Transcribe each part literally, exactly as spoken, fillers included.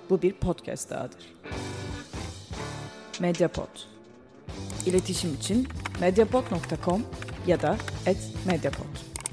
Bu bir podcast dahadır. Mediapod. İletişim için mediapod nokta com ya da et mediapod.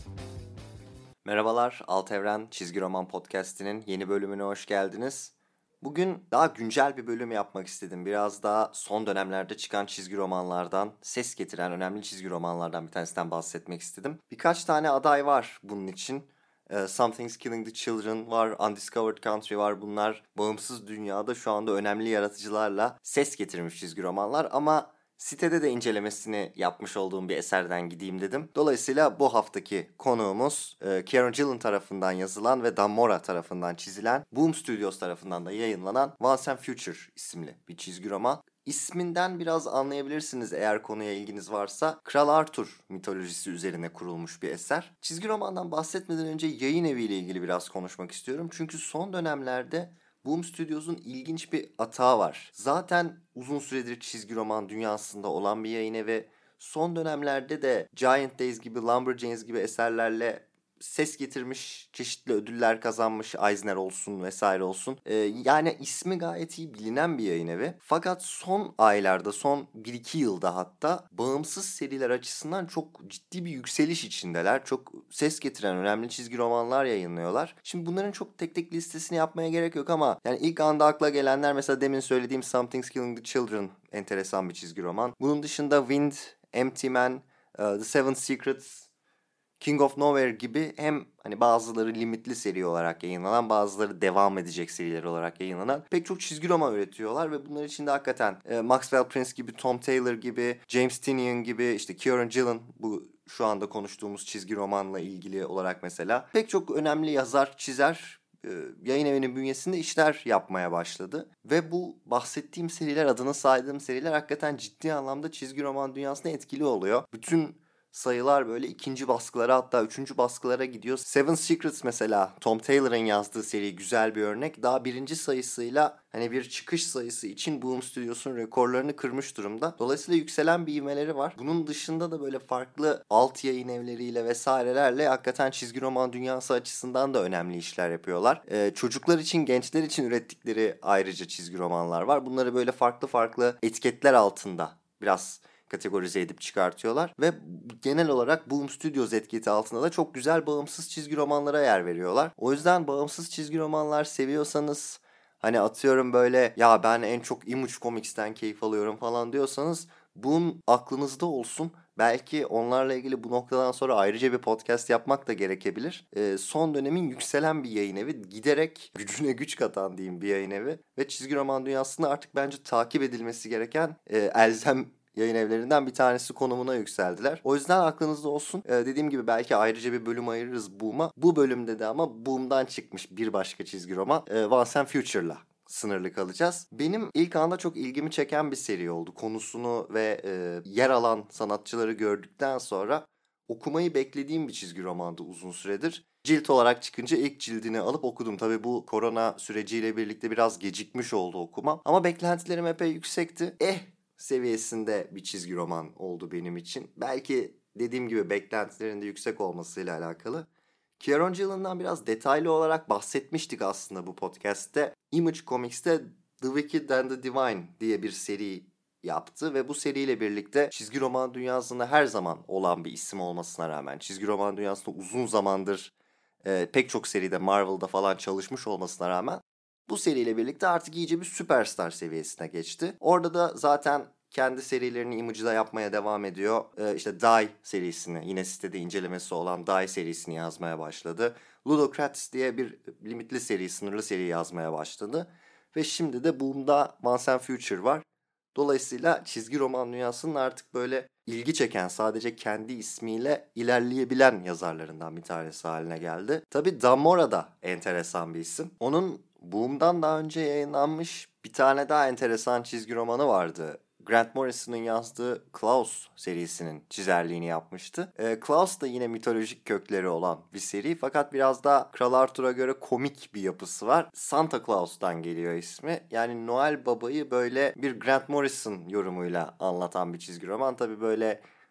Merhabalar, Alt Evren Çizgi Roman Podcast'inin yeni bölümüne hoş geldiniz. Bugün daha güncel bir bölüm yapmak istedim. Biraz daha son dönemlerde çıkan çizgi romanlardan, ses getiren önemli çizgi romanlardan bir tanesinden bahsetmek istedim. Birkaç tane aday var bunun için. Uh, Something's Killing the Children var, Undiscovered Country var. Bunlar bağımsız dünyada şu anda önemli yaratıcılarla ses getirmiş çizgi romanlar ama sitede de incelemesini yapmış olduğum bir eserden gideyim dedim. Dolayısıyla bu haftaki konuğumuz e, Kieron Gillen tarafından yazılan ve Dan Mora tarafından çizilen, Boom Studios tarafından da yayınlanan Once and Future isimli bir çizgi roman. İsminden biraz anlayabilirsiniz eğer konuya ilginiz varsa. Kral Arthur mitolojisi üzerine kurulmuş bir eser. Çizgi romandan bahsetmeden önce yayın eviyle ilgili biraz konuşmak istiyorum. Çünkü son dönemlerde Boom Studios'un ilginç bir atağı var. Zaten uzun süredir çizgi roman dünyasında olan bir yayın evi. Son dönemlerde de Giant Days gibi, Lumberjanes gibi eserlerle ses getirmiş, çeşitli ödüller kazanmış, Eisner olsun vesaire olsun. Ee, yani ismi gayet iyi bilinen bir yayın evi. Fakat son aylarda, son bir iki yılda hatta bağımsız seriler açısından çok ciddi bir yükseliş içindeler. Çok ses getiren önemli çizgi romanlar yayınlıyorlar. Şimdi bunların çok tek tek listesini yapmaya gerek yok ama yani ilk anda akla gelenler mesela demin söylediğim Something's Killing the Children enteresan bir çizgi roman. Bunun dışında Wind, Empty Man, uh, The Seven Secrets, King of Nowhere gibi hem hani bazıları limitli seri olarak yayınlanan, bazıları devam edecek seriler olarak yayınlanan pek çok çizgi roman üretiyorlar ve bunlar içinde hakikaten e, Maxwell Prince gibi, Tom Taylor gibi, James Tynion gibi, işte Kieron Gillen bu şu anda konuştuğumuz çizgi romanla ilgili olarak mesela pek çok önemli yazar, çizer e, yayın evinin bünyesinde işler yapmaya başladı. Ve bu bahsettiğim seriler, adını saydığım seriler hakikaten ciddi anlamda çizgi roman dünyasında etkili oluyor. Bütün sayılar böyle ikinci baskılara, hatta üçüncü baskılara gidiyor. Seven Secrets mesela Tom Taylor'ın yazdığı seri güzel bir örnek. Daha birinci sayısıyla hani bir çıkış sayısı için Boom Studios'un rekorlarını kırmış durumda. Dolayısıyla yükselen bir ivmeleri var. Bunun dışında da böyle farklı alt yayın evleriyle vesairelerle hakikaten çizgi roman dünyası açısından da önemli işler yapıyorlar. Ee, çocuklar için, gençler için ürettikleri ayrıca çizgi romanlar var. Bunları böyle farklı farklı etiketler altında biraz kategorize edip çıkartıyorlar ve genel olarak Boom Studios etiketi altında da çok güzel bağımsız çizgi romanlara yer veriyorlar. O yüzden bağımsız çizgi romanlar seviyorsanız, hani atıyorum böyle ya ben en çok Image Comics'ten keyif alıyorum falan diyorsanız Boom aklınızda olsun. Belki onlarla ilgili bu noktadan sonra ayrıca bir podcast yapmak da gerekebilir. Ee, son dönemin yükselen bir yayın evi, giderek gücüne güç katan diyeyim bir yayın evi ve çizgi roman dünyasında artık bence takip edilmesi gereken e, elzem yayın evlerinden bir tanesi konumuna yükseldiler. O yüzden aklınızda olsun. Ee, dediğim gibi belki ayrıca bir bölüm ayırırız Boom'a. Bu bölümde de ama Boom'dan çıkmış bir başka çizgi roman e, Once and Future'la sınırlı kalacağız. Benim ilk anda çok ilgimi çeken bir seri oldu. Konusunu ve e, yer alan sanatçıları gördükten sonra okumayı beklediğim bir çizgi romandı uzun süredir. Cilt olarak çıkınca ilk cildini alıp okudum. Tabii bu korona süreciyle birlikte biraz gecikmiş oldu okumam. Ama beklentilerim epey yüksekti. Eh seviyesinde bir çizgi roman oldu benim için. Belki dediğim gibi beklentilerin de yüksek olmasıyla alakalı. Kieron Gillen'dan biraz detaylı olarak bahsetmiştik aslında bu podcast'te. Image Comics'te The Wicked and the Divine diye bir seri yaptı ve bu seriyle birlikte çizgi roman dünyasında her zaman olan bir isim olmasına rağmen, çizgi roman dünyasında uzun zamandır e, pek çok seride, Marvel'da falan çalışmış olmasına rağmen bu seriyle birlikte artık iyice bir süperstar seviyesine geçti. Orada da zaten kendi serilerini Image'da yapmaya devam ediyor. Ee, işte Die serisini, yine sitede incelemesi olan Die serisini yazmaya başladı. Ludocrats diye bir limitli seri, sınırlı seri yazmaya başladı. Ve şimdi de Boom'da Once and Future var. Dolayısıyla çizgi roman dünyasının artık böyle ilgi çeken, sadece kendi ismiyle ilerleyebilen yazarlarından bir tanesi haline geldi. Tabii Dan Mora da enteresan bir isim. Onun Boom'dan daha önce yayınlanmış bir tane daha enteresan çizgi romanı vardı. Grant Morrison'ın yazdığı Klaus serisinin çizerliğini yapmıştı. Ee, Klaus da yine mitolojik kökleri olan bir seri, fakat biraz daha Kral Arthur'a göre komik bir yapısı var. Santa Claus'tan geliyor ismi. Yani Noel Baba'yı böyle bir Grant Morrison yorumuyla anlatan bir çizgi roman. Tabii böyle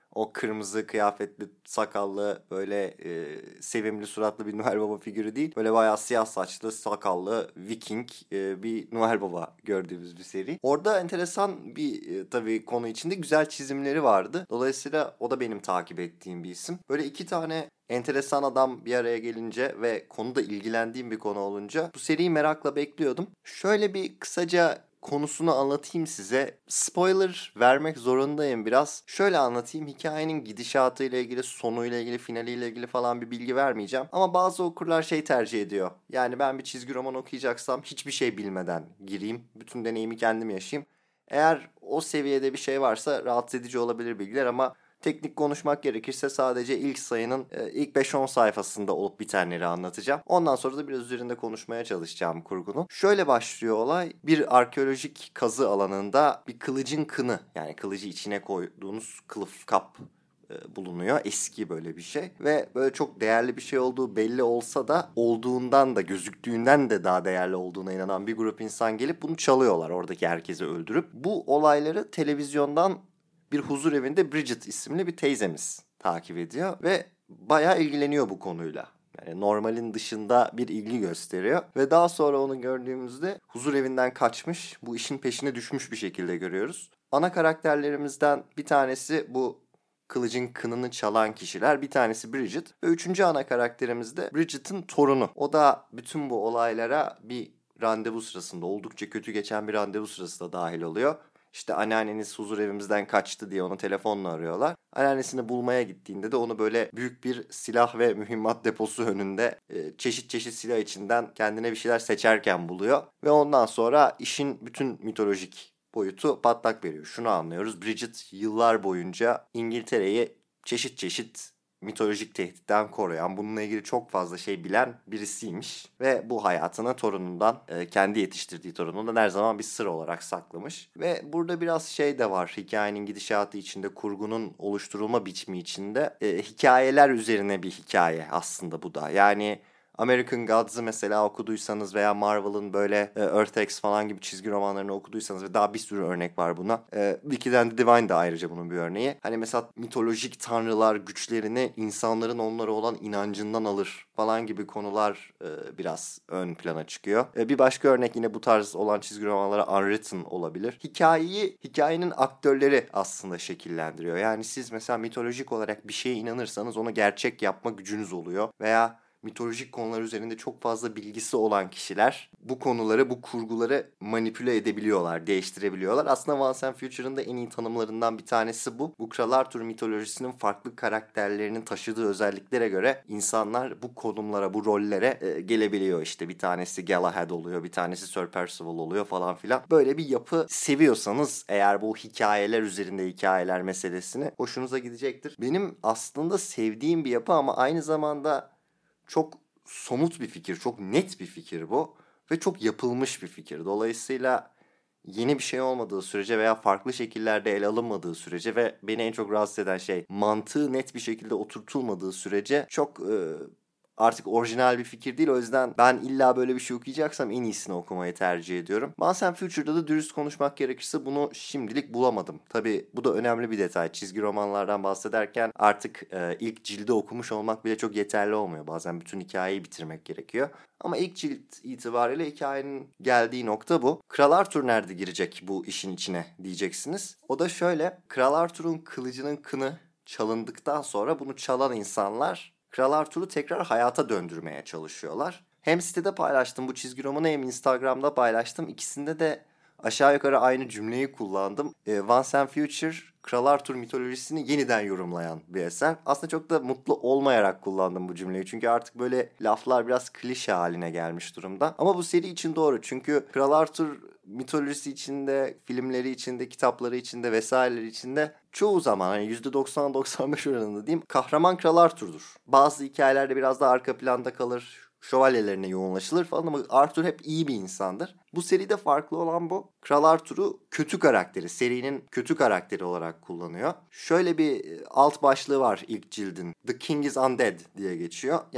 o kırmızı kıyafetli, sakallı, böyle e, sevimli suratlı bir Noel Baba figürü değil. Böyle bayağı siyah saçlı, sakallı, Viking e, bir Noel Baba gördüğümüz bir seri. Orada enteresan bir e, tabii konu içinde güzel çizimleri vardı. Dolayısıyla o da benim takip ettiğim bir isim. Böyle iki tane enteresan adam bir araya gelince ve konuda ilgilendiğim bir konu olunca bu seriyi merakla bekliyordum. Şöyle bir kısaca konusunu anlatayım size. Spoiler vermek zorundayım biraz. Şöyle anlatayım. Hikayenin gidişatıyla ilgili, sonuyla ilgili, finaliyle ilgili falan bir bilgi vermeyeceğim. Ama bazı okurlar şey tercih ediyor. Yani ben bir çizgi roman okuyacaksam hiçbir şey bilmeden gireyim. Bütün deneyimi kendim yaşayayım. Eğer o seviyede bir şey varsa rahatsız edici olabilir bilgiler ama teknik konuşmak gerekirse sadece ilk sayının e, ilk beş on sayfasında olup bitenleri anlatacağım. Ondan sonra da biraz üzerinde konuşmaya çalışacağım kurgunun. Şöyle başlıyor olay. Bir arkeolojik kazı alanında bir kılıcın kını, yani kılıcı içine koyduğunuz kılıf kap e, bulunuyor. Eski böyle bir şey ve böyle çok değerli bir şey olduğu belli olsa da olduğundan da gözüktüğünden de daha değerli olduğuna inanan bir grup insan gelip bunu çalıyorlar, oradaki herkesi öldürüp. Bu olayları televizyondan bir huzur evinde Bridget isimli bir teyzemiz takip ediyor ve bayağı ilgileniyor bu konuyla. Yani normalin dışında bir ilgi gösteriyor ve daha sonra onu gördüğümüzde huzur evinden kaçmış, bu işin peşine düşmüş bir şekilde görüyoruz. Ana karakterlerimizden bir tanesi bu kılıcın kınını çalan kişiler, bir tanesi Bridget ve üçüncü ana karakterimiz de Bridget'in torunu. O da bütün bu olaylara bir randevu sırasında, oldukça kötü geçen bir randevu sırasında dahil oluyor. İşte anneanneniz huzur evimizden kaçtı diye onu telefonla arıyorlar. Anneannesini bulmaya gittiğinde de onu böyle büyük bir silah ve mühimmat deposu önünde e, çeşit çeşit silah içinden kendine bir şeyler seçerken buluyor. Ve ondan sonra işin bütün mitolojik boyutu patlak veriyor. Şunu anlıyoruz: Bridget yıllar boyunca İngiltere'yi çeşit çeşit mitolojik tehditten koruyan, bununla ilgili çok fazla şey bilen birisiymiş. Ve bu hayatını torunundan, kendi yetiştirdiği torunundan her zaman bir sır olarak saklamış. Ve burada biraz şey de var hikayenin gidişatı içinde, kurgunun oluşturulma biçimi içinde. E, hikayeler üzerine bir hikaye aslında bu da. Yani American Gods'ı mesela okuduysanız veya Marvel'ın böyle e, Earth X falan gibi çizgi romanlarını okuduysanız ve daha bir sürü örnek var buna. E, Wicked the Divine de ayrıca bunun bir örneği. Hani mesela mitolojik tanrılar güçlerini insanların onlara olan inancından alır falan gibi konular e, biraz ön plana çıkıyor. E, bir başka örnek yine bu tarz olan çizgi romanlara Unwritten olabilir. Hikayeyi, hikayenin aktörleri aslında şekillendiriyor. Yani siz mesela mitolojik olarak bir şeye inanırsanız onu gerçek yapma gücünüz oluyor. Veya mitolojik konular üzerinde çok fazla bilgisi olan kişiler bu konuları, bu kurguları manipüle edebiliyorlar, değiştirebiliyorlar. Aslında Once and Future'ın da en iyi tanımlarından bir tanesi bu. Bu Kral Arthur mitolojisinin farklı karakterlerinin taşıdığı özelliklere göre insanlar bu konumlara, bu rollere e, gelebiliyor. İşte bir tanesi Galahad oluyor, bir tanesi Sir Percival oluyor falan filan. Böyle bir yapı seviyorsanız eğer bu hikayeler üzerinde hikayeler meselesini hoşunuza gidecektir. Benim aslında sevdiğim bir yapı ama aynı zamanda çok somut bir fikir, çok net bir fikir bu ve çok yapılmış bir fikir. Dolayısıyla yeni bir şey olmadığı sürece veya farklı şekillerde ele alınmadığı sürece ve beni en çok rahatsız eden şey mantığı net bir şekilde oturtulmadığı sürece çok e, artık orijinal bir fikir değil. O yüzden ben illa böyle bir şey okuyacaksam en iyisini okumayı tercih ediyorum. Once and Future'da da dürüst konuşmak gerekirse bunu şimdilik bulamadım. Tabii bu da önemli bir detay. Çizgi romanlardan bahsederken artık e, ilk cildi okumuş olmak bile çok yeterli olmuyor. Bazen bütün hikayeyi bitirmek gerekiyor. Ama ilk cilt itibariyle hikayenin geldiği nokta bu. Kral Arthur nerede girecek bu işin içine diyeceksiniz. O da şöyle: Kral Arthur'un kılıcının kını çalındıktan sonra bunu çalan insanlar Kral Arthur'u tekrar hayata döndürmeye çalışıyorlar. Hem sitede paylaştım bu çizgi romanı hem Instagram'da paylaştım. İkisinde de aşağı yukarı aynı cümleyi kullandım. E, Once and Future, Kral Arthur mitolojisini yeniden yorumlayan bir eser. Aslında çok da mutlu olmayarak kullandım bu cümleyi. Çünkü artık böyle laflar biraz klişe haline gelmiş durumda. Ama bu seri için doğru. Çünkü Kral Arthur mitolojisi içinde, filmleri içinde, kitapları içinde vesaireleri içinde çoğu zaman hani yüzde doksan doksan beş oranında diyeyim kahraman Kral Arthur'dur. Bazı hikayelerde biraz daha arka planda kalır, şövalyelerine yoğunlaşılır falan ama Arthur hep iyi bir insandır. Bu seride farklı olan bu. Kral Arthur'u kötü karakteri, serinin kötü karakteri olarak kullanıyor. Şöyle bir alt başlığı var ilk cildin. The King is Undead diye geçiyor. Yani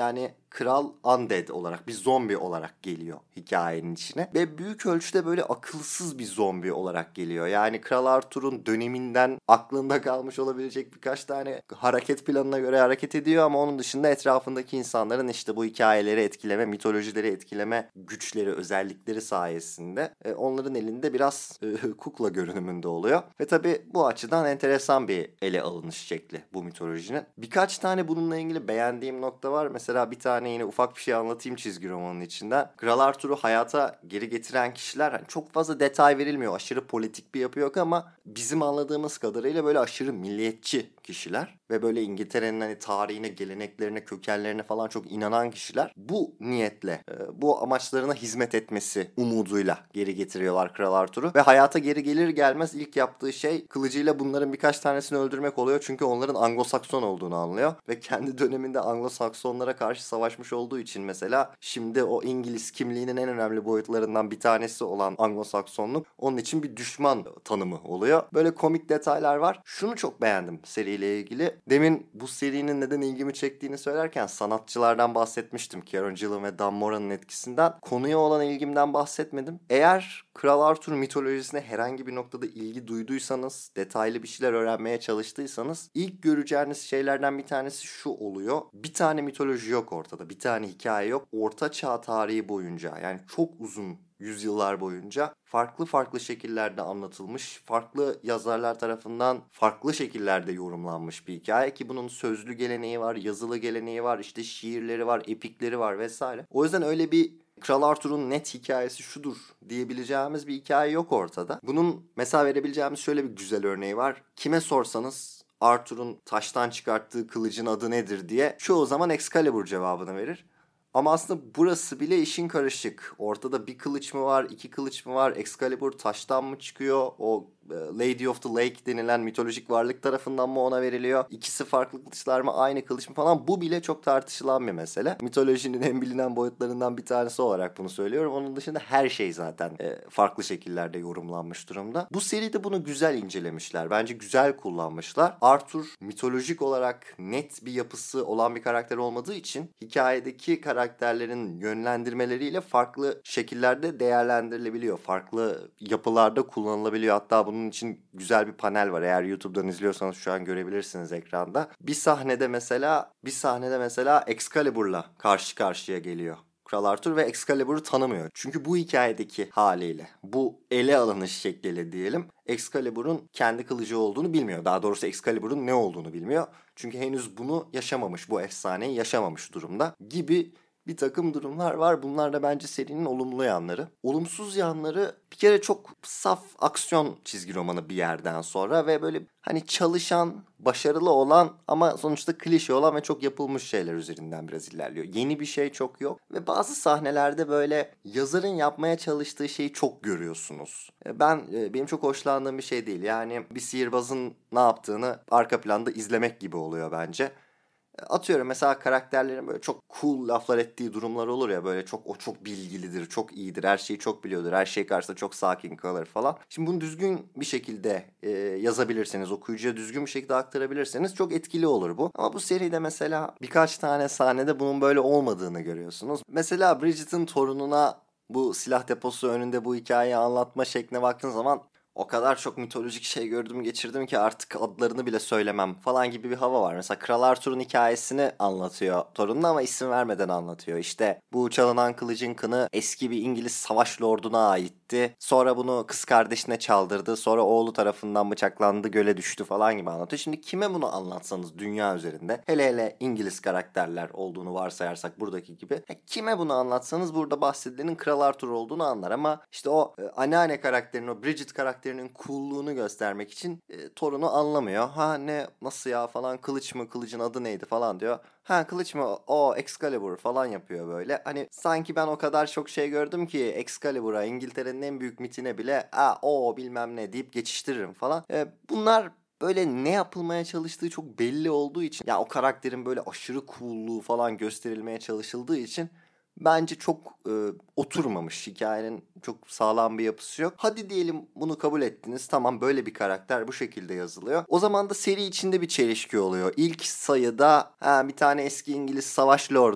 kral undead olarak, bir zombi olarak geliyor hikayenin içine. Ve büyük ölçüde böyle akılsız bir zombi olarak geliyor. Yani Kral Arthur'un döneminden aklında kalmış olabilecek birkaç tane hareket planına göre hareket ediyor ama onun dışında etrafındaki insanların işte bu hikayeleri etkileme, mitolojileri etkileme güçleri, özellikleri sayesinde e, onların elinde biraz e, kukla görünümünde oluyor. Ve tabii bu açıdan enteresan bir ele alınış şekli bu mitolojinin. Birkaç tane bununla ilgili beğendiğim nokta var. Mesela bir tane yine ufak bir şey anlatayım çizgi romanın içinden. Kral Arthur'u hayata geri getiren kişiler, hani çok fazla detay verilmiyor. Aşırı politik bir yapı yok ama bizim anladığımız kadarıyla böyle aşırı milliyetçi kişiler ve böyle İngiltere'nin hani tarihine, geleneklerine, kökenlerine falan çok inanan kişiler bu niyetle, bu amaçlarına hizmet etmesi umuduyla geri getiriyorlar Kral Arthur'u ve hayata geri gelir gelmez ilk yaptığı şey kılıcıyla bunların birkaç tanesini öldürmek oluyor. Çünkü onların Anglo-Sakson olduğunu anlıyor ve kendi döneminde Anglo-Saksonlara karşı savaşmış olduğu için mesela şimdi o İngiliz kimliğinin en önemli boyutlarından bir tanesi olan Anglo-Saksonluk onun için bir düşman tanımı oluyor. Böyle komik detaylar var. Şunu çok beğendim seriyle ilgili. Demin bu serinin neden ilgimi çektiğini söylerken sanatçılardan bahsetmiştim. Kieron Gillen ve Dan Mora'nın etkisinden. Konuya olan ilgimden bahsetmedim. Eğer Kral Arthur mitolojisine herhangi bir noktada ilgi duyduysanız, detaylı bir şeyler öğrenmeye çalıştıysanız ilk göreceğiniz şeylerden bir tanesi şu oluyor. Bir tane mitoloji yok ortada. Bir tane hikaye yok. Orta Çağ tarihi boyunca, yani çok uzun yüzyıllar boyunca farklı farklı şekillerde anlatılmış, farklı yazarlar tarafından farklı şekillerde yorumlanmış bir hikaye ki bunun sözlü geleneği var, yazılı geleneği var, işte şiirleri var, epikleri var vesaire. O yüzden öyle bir Kral Arthur'un net hikayesi şudur diyebileceğimiz bir hikaye yok ortada. Bunun mesela verebileceğimiz şöyle bir güzel örneği var. Kime sorsanız Arthur'un taştan çıkarttığı kılıcın adı nedir diye çoğu zaman Excalibur cevabını verir. Ama aslında burası bile işin karışık. Ortada bir kılıç mı var, iki kılıç mı var? Excalibur taştan mı çıkıyor? O Lady of the Lake denilen mitolojik varlık tarafından mı ona veriliyor? İkisi farklı kılıçlar mı, aynı kılıç mı falan? Bu bile çok tartışılan bir mesele. Mitolojinin en bilinen boyutlarından bir tanesi olarak bunu söylüyorum. Onun dışında her şey zaten farklı şekillerde yorumlanmış durumda. Bu seride bunu güzel incelemişler. Bence güzel kullanmışlar. Arthur mitolojik olarak net bir yapısı olan bir karakter olmadığı için hikayedeki karakterlerin yönlendirmeleriyle farklı şekillerde değerlendirilebiliyor. Farklı yapılarda kullanılabiliyor. Hatta bunun için güzel bir panel var. Eğer YouTube'dan izliyorsanız şu an görebilirsiniz ekranda. Bir sahnede mesela bir sahnede mesela Excalibur'la karşı karşıya geliyor Kral Arthur ve Excalibur'u tanımıyor. Çünkü bu hikayedeki haliyle, bu ele alınış şekliyle diyelim, Excalibur'un kendi kılıcı olduğunu bilmiyor. Daha doğrusu Excalibur'un ne olduğunu bilmiyor. Çünkü henüz bunu yaşamamış, bu efsaneyi yaşamamış durumda gibi bir takım durumlar var. Bunlar da bence serinin olumlu yanları. Olumsuz yanları bir kere çok saf aksiyon çizgi romanı bir yerden sonra ve böyle hani çalışan, başarılı olan ama sonuçta klişe olan ve çok yapılmış şeyler üzerinden biraz ilerliyor. Yeni bir şey çok yok ve bazı sahnelerde böyle yazarın yapmaya çalıştığı şeyi çok görüyorsunuz. Ben benim çok hoşlandığım bir şey değil. Yani bir sihirbazın ne yaptığını arka planda izlemek gibi oluyor bence. Atıyorum mesela karakterlerin böyle çok cool laflar ettiği durumlar olur ya, böyle çok o çok bilgilidir, çok iyidir, her şeyi çok biliyordur, her şey karşısında çok sakin kalır falan. Şimdi bunu düzgün bir şekilde e, yazabilirseniz, okuyucuya düzgün bir şekilde aktarabilirseniz çok etkili olur bu. Ama bu seride mesela birkaç tane sahnede bunun böyle olmadığını görüyorsunuz. Mesela Bridget'in torununa bu silah deposu önünde bu hikayeyi anlatma şekline baktığın zaman o kadar çok mitolojik şey gördüm geçirdim ki artık adlarını bile söylemem falan gibi bir hava var. Mesela Kral Arthur'un hikayesini anlatıyor torununa ama isim vermeden anlatıyor. İşte bu çalınan kılıcın kını eski bir İngiliz savaş lorduna aitti. Sonra bunu kız kardeşine çaldırdı. Sonra oğlu tarafından bıçaklandı, göle düştü falan gibi anlatıyor. Şimdi kime bunu anlatsanız dünya üzerinde, hele hele İngiliz karakterler olduğunu varsayarsak buradaki gibi, kime bunu anlatsanız burada bahsedilenin Kral Arthur olduğunu anlar ama işte o e, anneanne karakterinin, o Bridget karakterinin coolluğunu göstermek için e, torunu anlamıyor. Ha ne, nasıl ya falan, kılıç mı, kılıcın adı neydi falan diyor. Ha kılıç mı, o Excalibur falan yapıyor böyle. Hani sanki ben o kadar çok şey gördüm ki Excalibur'a, İngiltere'nin en büyük mitine bile ha o bilmem ne deyip geçiştiririm falan. E, bunlar böyle ne yapılmaya çalıştığı çok belli olduğu için, ya o karakterin böyle aşırı coolluğu falan gösterilmeye çalışıldığı için bence çok e, oturmamış. Hikayenin çok sağlam bir yapısı yok. Hadi diyelim bunu kabul ettiniz. Tamam, böyle bir karakter bu şekilde yazılıyor. O zaman da seri içinde bir çelişki oluyor. İlk sayıda ha, bir tane eski İngiliz savaş lordu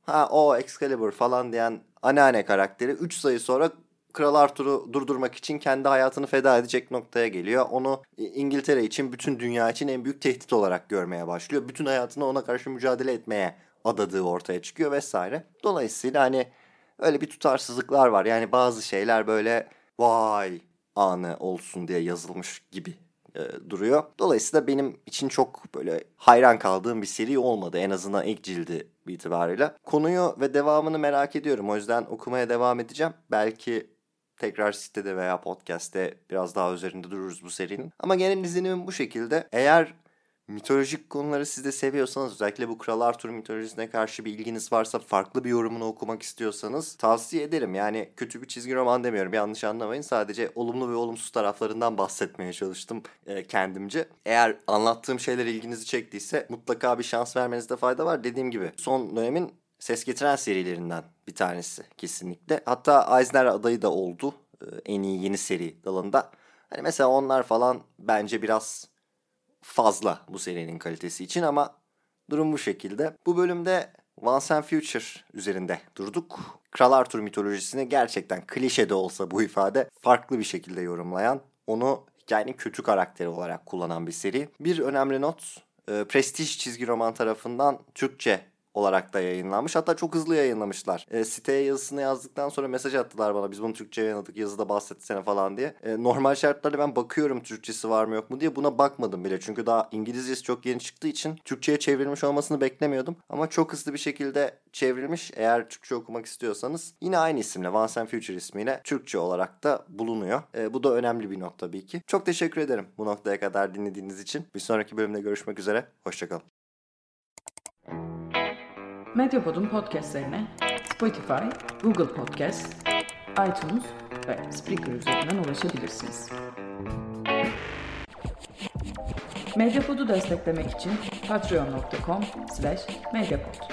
ha o Excalibur falan diyen anneanne karakteri üç sayı sonra Kral Arthur'u durdurmak için kendi hayatını feda edecek noktaya geliyor. Onu İngiltere için, bütün dünya için en büyük tehdit olarak görmeye başlıyor. Bütün hayatını ona karşı mücadele etmeye adadığı ortaya çıkıyor vesaire. Dolayısıyla hani öyle bir tutarsızlıklar var. Yani bazı şeyler böyle vay anı olsun diye yazılmış gibi e, duruyor. Dolayısıyla benim için çok böyle hayran kaldığım bir seri olmadı. En azından ilk cildi itibariyle. Konuyu ve devamını merak ediyorum. O yüzden okumaya devam edeceğim. Belki tekrar sitede veya podcast'te biraz daha üzerinde dururuz bu serinin. Ama genel izlenimim bu şekilde. Eğer mitolojik konuları siz de seviyorsanız, özellikle bu Kral Arthur mitolojisine karşı bir ilginiz varsa, farklı bir yorumunu okumak istiyorsanız tavsiye ederim. Yani kötü bir çizgi roman demiyorum, yanlış anlamayın. Sadece olumlu ve olumsuz taraflarından bahsetmeye çalıştım e, kendimce. Eğer anlattığım şeyler ilginizi çektiyse mutlaka bir şans vermenizde fayda var. Dediğim gibi son dönemin ses getiren serilerinden bir tanesi kesinlikle. Hatta Eisner adayı da oldu e, en iyi yeni seri dalında. Hani mesela onlar falan bence biraz fazla bu serinin kalitesi için, ama durum bu şekilde. Bu bölümde Once and Future üzerinde durduk. Kral Arthur mitolojisini gerçekten klişe de olsa bu ifade farklı bir şekilde yorumlayan, onu hikayenin kötü karakteri olarak kullanan bir seri. Bir önemli not, e, Prestige çizgi roman tarafından Türkçe olarak da yayınlanmış. Hatta çok hızlı yayınlamışlar. E, siteye yazısını yazdıktan sonra mesaj attılar bana. Biz bunu Türkçe yayınladık, yazıda bahsetsene falan diye. E, normal şartlarda ben bakıyorum Türkçesi var mı yok mu diye, buna bakmadım bile. Çünkü daha İngilizcesi çok yeni çıktığı için Türkçe'ye çevrilmiş olmasını beklemiyordum. Ama çok hızlı bir şekilde çevrilmiş. Eğer Türkçe okumak istiyorsanız yine aynı isimle, Once and Future ismiyle Türkçe olarak da bulunuyor. E, bu da önemli bir not tabii ki. Çok teşekkür ederim bu noktaya kadar dinlediğiniz için. Bir sonraki bölümde görüşmek üzere. Hoşçakalın. Medyapod'un podcastlerine Spotify, Google Podcast, iTunes ve Spreaker üzerinden ulaşabilirsiniz. Medyapod'u desteklemek için patreon nokta com slash medyapod.